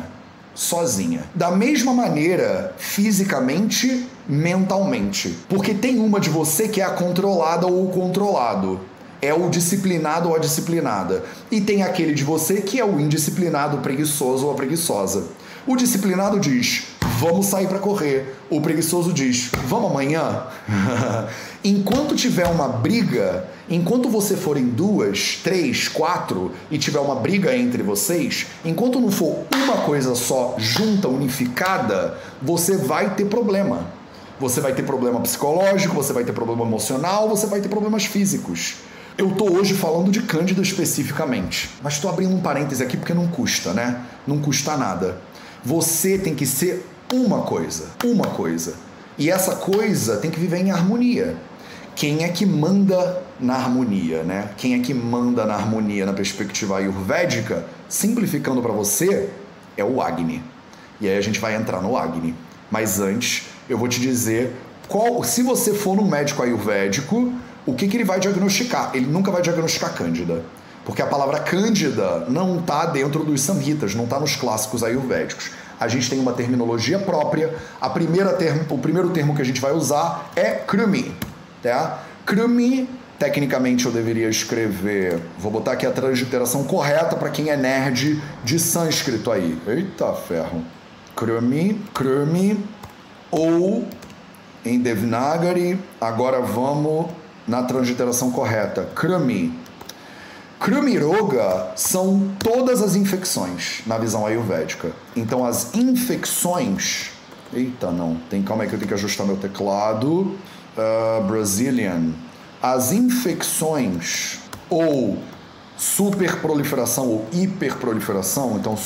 Da mesma maneira, fisicamente, mentalmente. Porque tem uma de você que é a controlada ou o controlado. É o disciplinado ou a disciplinada. E tem aquele de você que é o indisciplinado, o preguiçoso ou a preguiçosa. O disciplinado diz, vamos sair para correr. O preguiçoso diz, vamos amanhã? Enquanto tiver uma briga, enquanto você forem 2, 3, 4 e tiver uma briga entre vocês, enquanto não for uma coisa só, junta, unificada, você vai ter problema. Você vai ter problema psicológico, você vai ter problema emocional, você vai ter problemas físicos. Eu tô hoje falando de Cândida especificamente, mas tô abrindo um parêntese aqui porque não custa, né? Não custa nada. Você tem que ser uma coisa. E essa coisa tem que viver em harmonia. Quem é que manda na harmonia, né? Quem é que manda na harmonia na perspectiva ayurvédica, simplificando para você, é o Agni. E aí a gente vai entrar no Agni. Mas antes, eu vou te dizer se você for num médico ayurvédico, o que ele vai diagnosticar? Ele nunca vai diagnosticar Cândida. Porque a palavra Cândida não está dentro dos samhitas, não está nos clássicos ayurvédicos. A gente tem uma terminologia própria. O primeiro termo que a gente vai usar é Krumi. Tá? Krumi, tecnicamente eu deveria escrever... Vou botar aqui a transliteração correta para quem é nerd de sânscrito aí. Eita ferro. Krumi, ou em Devanagari. Agora vamos na transliteração correta. Krumi. Krumi Roga são todas as infecções na visão ayurvédica. Então as infecções... Eita, não. Calma aí que eu tenho que ajustar meu teclado. Brazilian. As infecções ou superproliferação ou hiperproliferação, então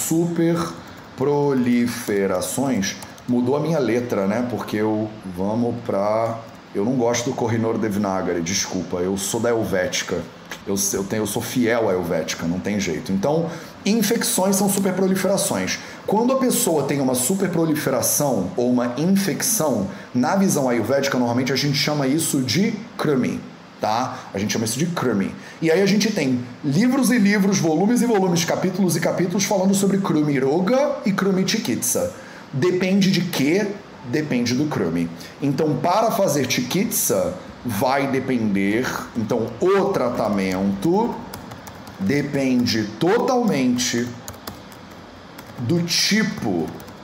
superproliferações, mudou a minha letra, né? Porque eu não gosto do Kohinoor Devanagari, desculpa, eu sou da Helvética. Eu sou fiel à Helvética, não tem jeito. Então, infecções são superproliferações. Quando a pessoa tem uma superproliferação ou uma infecção, na visão ayurvédica, normalmente a gente chama isso de Krumi, tá? A gente chama isso de Krumi. E aí a gente tem livros e livros, volumes e volumes, capítulos e capítulos falando sobre Krumi Roga e Krumi Chikitsa. Depende de quê? Depende do Krumi. Então, para fazer Chikitsa, vai depender, então o tratamento depende totalmente do tipo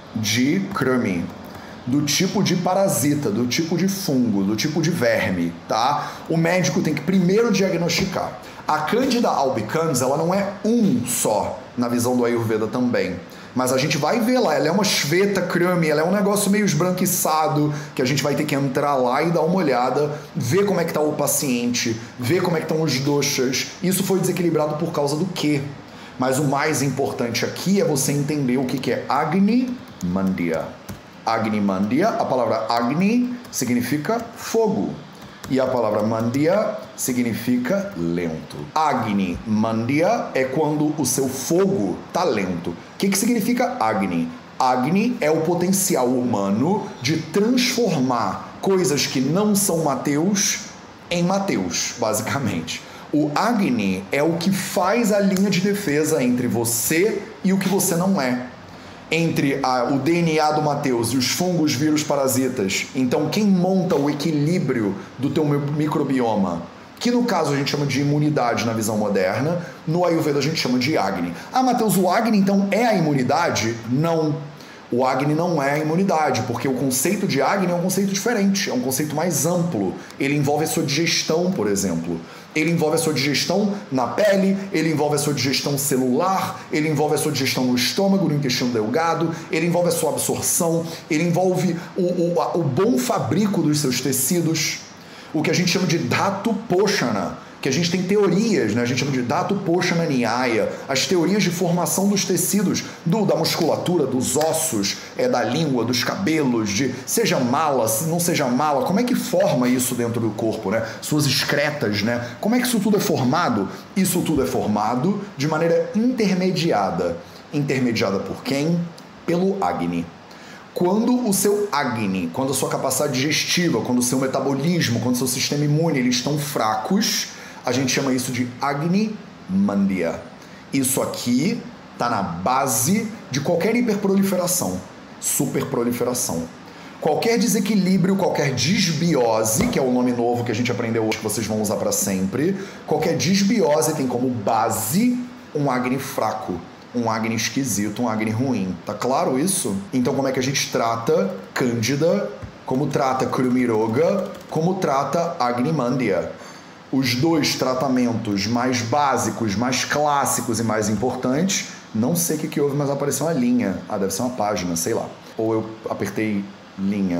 de Krumi, do tipo de parasita, do tipo de fungo, do tipo de verme, tá? O médico tem que primeiro diagnosticar. A Candida albicans, ela não é um só na visão do Ayurveda também. Mas a gente vai ver lá, ela é uma Shveta Krumi, ela é um negócio meio esbranquiçado, que a gente vai ter que entrar lá e dar uma olhada, ver como é que tá o paciente, ver como é que estão os doshas. Isso foi desequilibrado por causa do quê? Mas o mais importante aqui é você entender o que é Agni Mandya. Agni Mandya, a palavra Agni significa fogo. E a palavra Mandya significa lento. Agni Mandya é quando o seu fogo tá lento. O que significa Agni? Agni é o potencial humano de transformar coisas que não são Mateus em Mateus, basicamente. O Agni é o que faz a linha de defesa entre você e o que você não é. Entre o DNA do Mateus e os fungos, vírus, parasitas. Então, quem monta o equilíbrio do teu microbioma, que no caso a gente chama de imunidade na visão moderna, no Ayurveda a gente chama de Agni. Ah, Mateus, o Agni então é a imunidade? Não. O Agni não é a imunidade, porque o conceito de Agni é um conceito diferente, é um conceito mais amplo. Ele envolve a sua digestão, por exemplo. Ele envolve a sua digestão na pele, ele envolve a sua digestão celular, ele envolve a sua digestão no estômago, no intestino delgado, ele envolve a sua absorção, ele envolve o bom fabrico dos seus tecidos, o que a gente chama de Dhatu Poshana, que a gente tem teorias, né? A gente chama de Dhatu Poshana Nyaya, as teorias de formação dos tecidos, da musculatura, dos ossos, da língua, dos cabelos, de seja mala, não seja mala, como é que forma isso dentro do corpo, né? Suas excretas, né? Como é que isso tudo é formado? Isso tudo é formado de maneira intermediada. Intermediada por quem? Pelo Agni. Quando o seu Agni, quando a sua capacidade digestiva, quando o seu metabolismo, quando o seu sistema imune, eles estão fracos, a gente chama isso de Agni Mandya. Isso aqui está na base de qualquer hiperproliferação, superproliferação. Qualquer desequilíbrio, qualquer disbiose, que é o nome novo que a gente aprendeu hoje, que vocês vão usar para sempre, qualquer disbiose tem como base um Agni fraco, um Agni esquisito, um Agni ruim. Tá claro isso? Então como é que a gente trata Cândida, como trata Krumi Roga, como trata Agni Mandya? Os dois tratamentos mais básicos, mais clássicos e mais importantes, não sei o que houve, mas apareceu uma linha. Ah, deve ser uma página, sei lá. Ou eu apertei linha.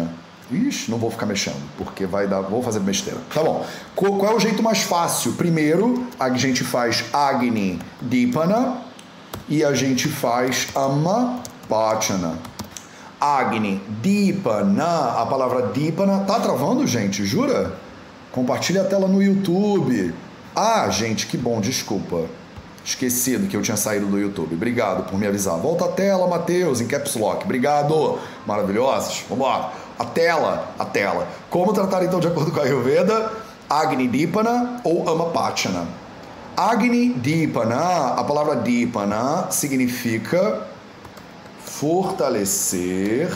Ixi, não vou ficar mexendo, porque vou fazer besteira. Tá bom. Qual é o jeito mais fácil? Primeiro, a gente faz Agni Dipana e a gente faz Ama Pachana. Agni Dipana, a palavra Dipana, tá travando, gente? Jura? Compartilha a tela no YouTube. Ah, gente, que bom, desculpa. Esquecido que eu tinha saído do YouTube. Obrigado por me avisar. Volta a tela, Matheus, em Caps Lock. Obrigado. Maravilhosos. Vamos lá. A tela. Como tratar então de acordo com a Ayurveda? Agni Dipana ou Amapachana? Agni Dipana, a palavra Dipana significa fortalecer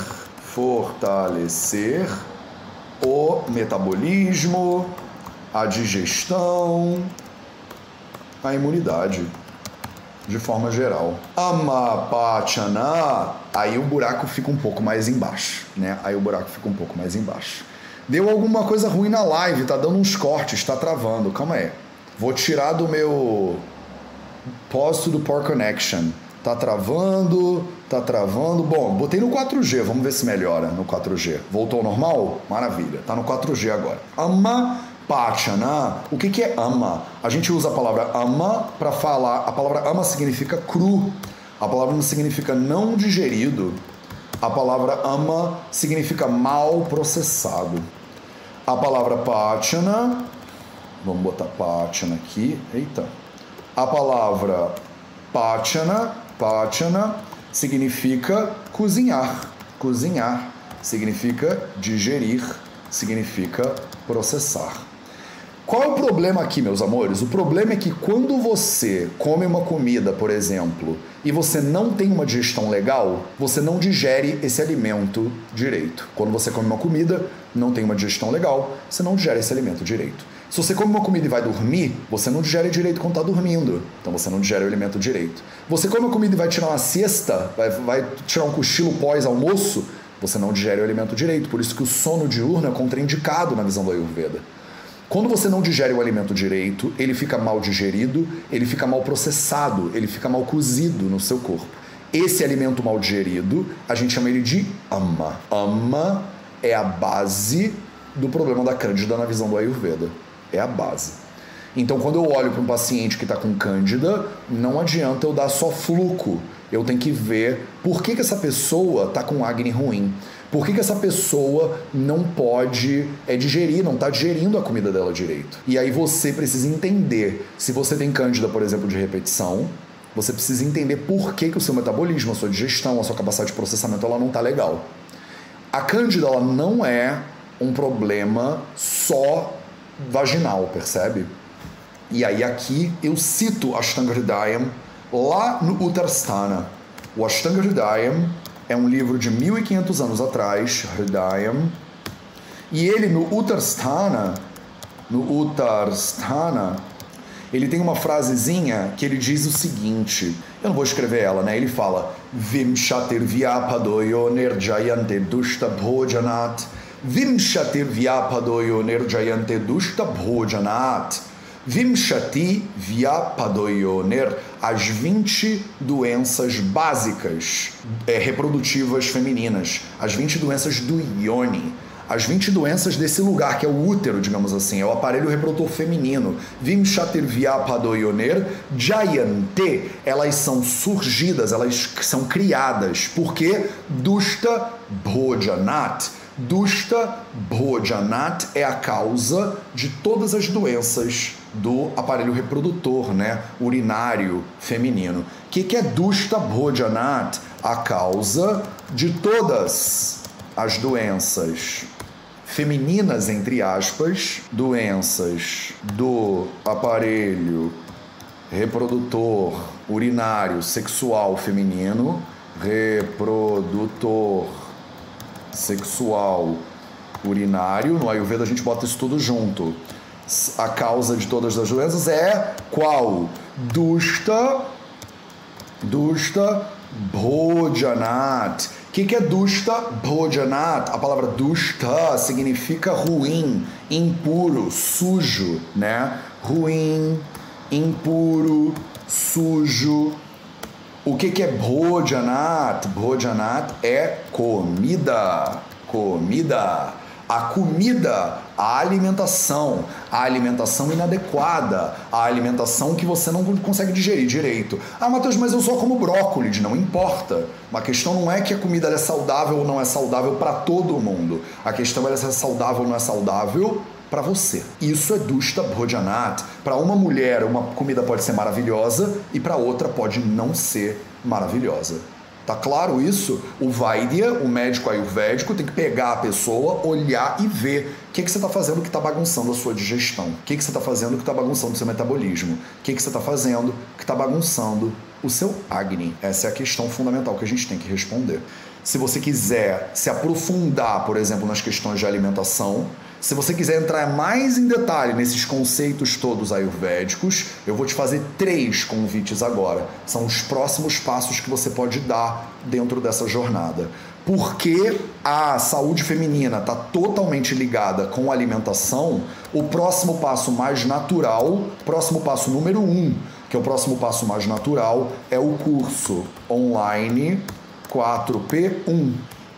o metabolismo, a digestão, a imunidade, de forma geral. Amapachana, aí o buraco fica um pouco mais embaixo, né? Deu alguma coisa ruim na live, tá dando uns cortes, tá travando, calma aí. Vou tirar do meu post do Poor Connection. Tá travando. Bom, botei no 4G, vamos ver se melhora no 4G. Voltou ao normal? Maravilha, tá no 4G agora. Amapachana, o que é ama? A gente usa a palavra ama para falar, a palavra ama significa cru, a palavra não significa não digerido, a palavra ama significa mal processado. A palavra pachana, vamos botar pachana aqui, eita. A palavra pachana significa cozinhar, significa digerir, significa processar. Qual é o problema aqui, meus amores? O problema é que quando você come uma comida, por exemplo, e você não tem uma digestão legal, você não digere esse alimento direito. Quando você come uma comida, não tem uma digestão legal, você não digere esse alimento direito. Se você come uma comida e vai dormir, você não digere direito quando está dormindo. Então você não digere o alimento direito. Você come uma comida e vai tirar uma siesta, vai tirar um cochilo pós-almoço, você não digere o alimento direito. Por isso que o sono diurno é contraindicado na visão do Ayurveda. Quando você não digere o alimento direito, ele fica mal digerido, ele fica mal processado, ele fica mal cozido no seu corpo. Esse alimento mal digerido, a gente chama ele de ama. Ama é a base do problema da cândida na visão do Ayurveda. É a base. Então, quando eu olho para um paciente que está com cândida, não adianta eu dar só fluco. Eu tenho que ver por que essa pessoa está com Agni ruim. Por que essa pessoa não pode digerir, não está digerindo a comida dela direito. E aí você precisa entender. Se você tem cândida, por exemplo, de repetição, você precisa entender por que o seu metabolismo, a sua digestão, a sua capacidade de processamento, ela não está legal. A cândida, ela não é um problema só vaginal, percebe? E aí aqui eu cito Ashtanga Hridayam lá no Uttarasthana. O Ashtanga Hridayam é um livro de 1500 anos atrás, Hridayam, e ele no Uttarasthana, ele tem uma frasezinha que ele diz o seguinte, eu não vou escrever ela, né? Ele fala Vimshatir Vyapadoyo Nirjayante Dushta Bhojanat Vimshatir Vyapadoyo Nirjayante Dushta Bhojanat Vimshati Vyapadoyoner, as 20 doenças básicas reprodutivas femininas, as 20 doenças do Yoni, as 20 doenças desse lugar que é o útero, digamos assim, é o aparelho reprodutor feminino. Vimshatir Vyapadoyoner Jayante, elas são surgidas, elas são criadas. Por quê? Dushta Bhojanat. Dushta Bhojanat é a causa de todas as doenças do aparelho reprodutor, né? Urinário feminino. O que é Dushta Bhojanat? A causa de todas as doenças femininas, entre aspas, doenças do aparelho reprodutor urinário sexual feminino, reprodutor sexual urinário. No Ayurveda a gente bota isso tudo junto. A causa de todas as doenças é qual? Dushta Bhojanat. O que é Dushta Bhojanat? A palavra Dushta significa ruim, impuro, sujo, né? Ruim, impuro, sujo. O que é Bhojanat? Bhojanat é comida. Comida. A comida, a alimentação inadequada, a alimentação que você não consegue digerir direito. Ah, Matheus, mas eu só como brócolis, não importa. A questão não é que a comida é saudável ou não é saudável para todo mundo. A questão é se é saudável ou não é saudável para você. Isso é Dushta Bhojanat. Para uma mulher, uma comida pode ser maravilhosa e para outra pode não ser maravilhosa. Tá claro isso? O Vaidya, o médico ayurvédico, tem que pegar a pessoa, olhar e ver o que você está fazendo que está bagunçando a sua digestão. O que você está fazendo que está bagunçando o seu metabolismo. O que você está fazendo que está bagunçando o seu Agni. Essa é a questão fundamental que a gente tem que responder. Se você quiser se aprofundar, por exemplo, nas questões de alimentação, se você quiser entrar mais em detalhe nesses conceitos todos ayurvédicos, eu vou te fazer 3 convites agora. São os próximos passos que você pode dar dentro dessa jornada. Porque a saúde feminina está totalmente ligada com a alimentação, o próximo passo mais natural, próximo passo número 1, que é o próximo passo mais natural, é o curso online 4P1,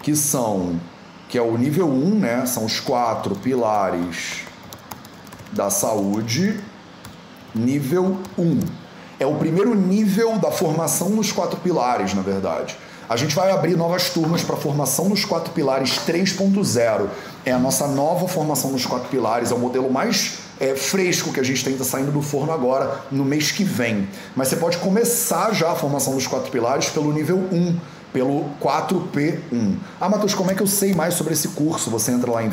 que é o nível 1, né? São os 4 pilares da saúde. Nível 1. É o primeiro nível da formação nos 4 pilares, na verdade. A gente vai abrir novas turmas para formação nos 4 pilares 3.0. É a nossa nova formação nos 4 pilares, é o modelo mais fresco que a gente tem, está saindo do forno agora, no mês que vem. Mas você pode começar já a formação dos 4 pilares pelo nível 1. Pelo 4P1. Ah, Matheus, como é que eu sei mais sobre esse curso? Você entra lá em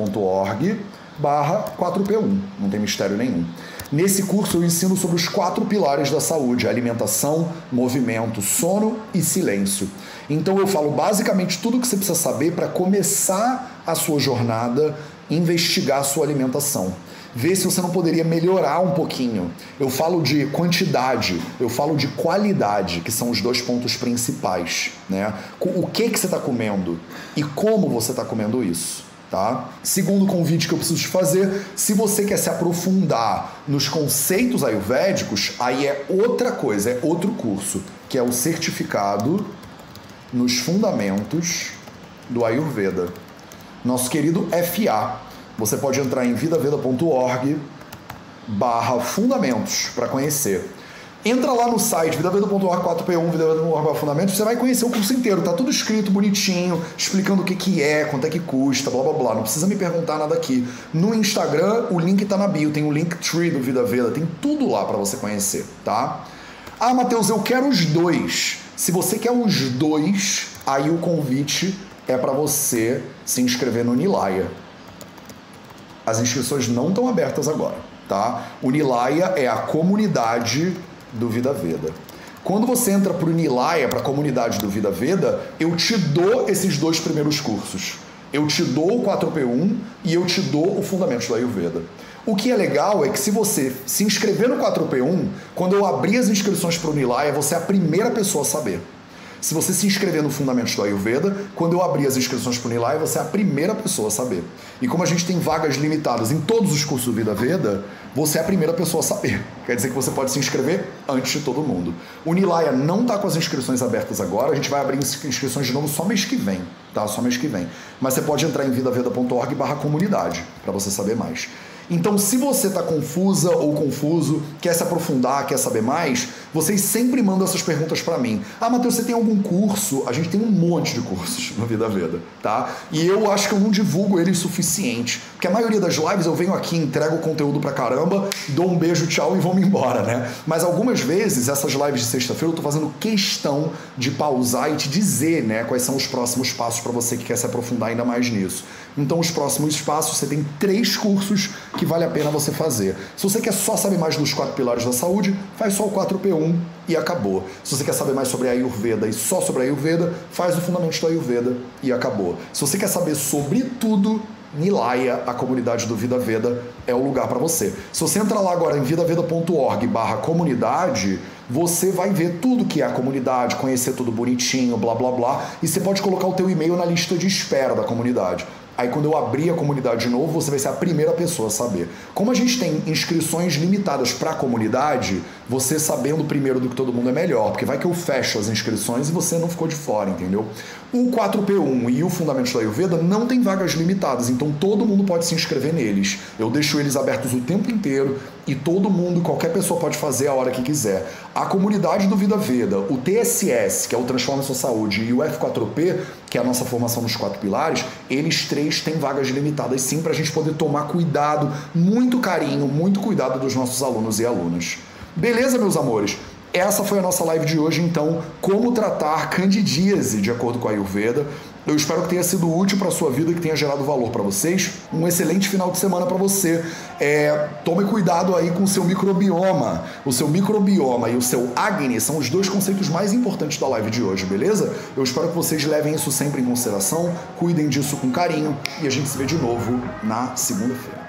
vidaveda.org/4P1. Não tem mistério nenhum. Nesse curso eu ensino sobre os 4 pilares da saúde: alimentação, movimento, sono e silêncio. Então eu falo basicamente tudo o que você precisa saber para começar a sua jornada, investigar a sua alimentação. Ver se você não poderia melhorar um pouquinho. Eu falo de quantidade, eu falo de qualidade, que são os 2 pontos principais, né? O que você está comendo e como você está comendo isso, tá? Segundo convite que eu preciso te fazer, se você quer se aprofundar nos conceitos ayurvédicos, aí é outra coisa, é outro curso, que é o certificado nos fundamentos do Ayurveda. Nosso querido FA. Você pode entrar em vidaveda.org/fundamentos para conhecer. Entra lá no site vidaveda.org 4P1, vidaveda.org/fundamentos, você vai conhecer o curso inteiro. Tá tudo escrito bonitinho, explicando o que é, quanto é que custa, blá blá blá. Não precisa me perguntar nada aqui. No Instagram, o link tá na bio, tem o Linktree do Vidaveda, tem tudo lá para você conhecer, tá? Ah, Matheus, eu quero os 2. Se você quer os 2, aí o convite é para você se inscrever no Nilaya. As inscrições não estão abertas agora, tá? O Nilaya é a comunidade do Vidaveda. Quando você entra para o Nilaya, para a comunidade do Vidaveda, eu te dou esses 2 primeiros cursos. Eu te dou o 4P1 e eu te dou o Fundamentos do Ayurveda. O que é legal é que se você se inscrever no 4P1, quando eu abrir as inscrições para o Nilaya, você é a primeira pessoa a saber. Se você se inscrever no Fundamentos do Ayurveda, quando eu abrir as inscrições para o Nilaya, você é a primeira pessoa a saber. E como a gente tem vagas limitadas em todos os cursos do Vidaveda, você é a primeira pessoa a saber. Quer dizer que você pode se inscrever antes de todo mundo. O Nilaya não está com as inscrições abertas agora, a gente vai abrir inscrições de novo só mês que vem, tá? Só mês que vem. Mas você pode entrar em vidaveda.org/comunidade para você saber mais. Então, se você está confusa ou confuso, quer se aprofundar, quer saber mais, vocês sempre mandam essas perguntas para mim. Ah, Matheus, você tem algum curso? A gente tem um monte de cursos no Vidaveda, tá? E eu acho que eu não divulgo eles suficiente. Porque a maioria das lives eu venho aqui, entrego conteúdo pra caramba, dou um beijo, tchau e vou-me embora, né? Mas algumas vezes, essas lives de sexta-feira, eu tô fazendo questão de pausar e te dizer, né, quais são os próximos passos para você que quer se aprofundar ainda mais nisso. Então, os próximos passos, você tem 3 cursos que vale a pena você fazer. Se você quer só saber mais dos 4 pilares da saúde, faz só o 4P1 e acabou. Se você quer saber mais sobre a Ayurveda e só sobre a Ayurveda, faz o Fundamentos do Ayurveda e acabou. Se você quer saber sobre tudo, Nilaya, a comunidade do Vidaveda, é o lugar para você. Se você entrar lá agora em vidaveda.org/comunidade, você vai ver tudo que é a comunidade, conhecer tudo bonitinho, blá blá blá, e você pode colocar o teu e-mail na lista de espera da comunidade. Aí quando eu abrir a comunidade de novo, você vai ser a primeira pessoa a saber. Como a gente tem inscrições limitadas para a comunidade, você sabendo primeiro do que todo mundo é melhor, porque vai que eu fecho as inscrições e você não ficou de fora, entendeu? O 4P1 e o Fundamentos da Ayurveda não tem vagas limitadas, então todo mundo pode se inscrever neles. Eu deixo eles abertos o tempo inteiro e todo mundo, qualquer pessoa pode fazer a hora que quiser. A comunidade do Vida Veda, o TSS, que é o Transforma Sua Saúde, e o F4P, que é a nossa formação nos 4 pilares, eles 3 têm vagas limitadas sim, para a gente poder tomar cuidado, muito carinho, muito cuidado dos nossos alunos e alunas. Beleza, meus amores? Essa foi a nossa live de hoje, então, como tratar candidíase de acordo com a Ayurveda. Eu espero que tenha sido útil para a sua vida, que tenha gerado valor para vocês. Um excelente final de semana para você. Tome cuidado aí com o seu microbioma. O seu microbioma e o seu Agni são os 2 conceitos mais importantes da live de hoje, beleza? Eu espero que vocês levem isso sempre em consideração, cuidem disso com carinho e a gente se vê de novo na segunda-feira.